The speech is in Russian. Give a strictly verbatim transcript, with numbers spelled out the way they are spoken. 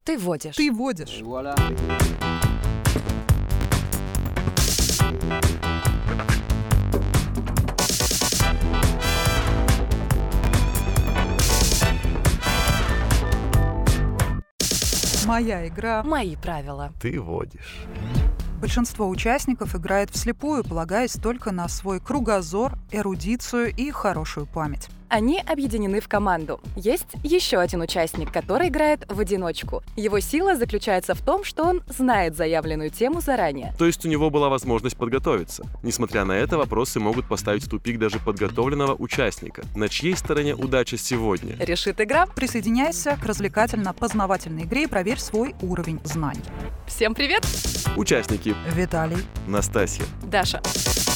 Ты водишь. Ты водишь. Моя игра. Мои правила. Ты водишь. Большинство участников играет вслепую, полагаясь только на свой кругозор, эрудицию и хорошую память. Они объединены в команду. Есть еще один участник, который играет в одиночку. Его сила заключается в том, что он знает заявленную тему заранее. То есть у него была возможность подготовиться. Несмотря на это, вопросы могут поставить в тупик даже подготовленного участника. На чьей стороне удача сегодня? Решит игра. Присоединяйся к развлекательно-познавательной игре и проверь свой уровень знаний. Всем привет! Участники: Виталий, Настасья, Даша.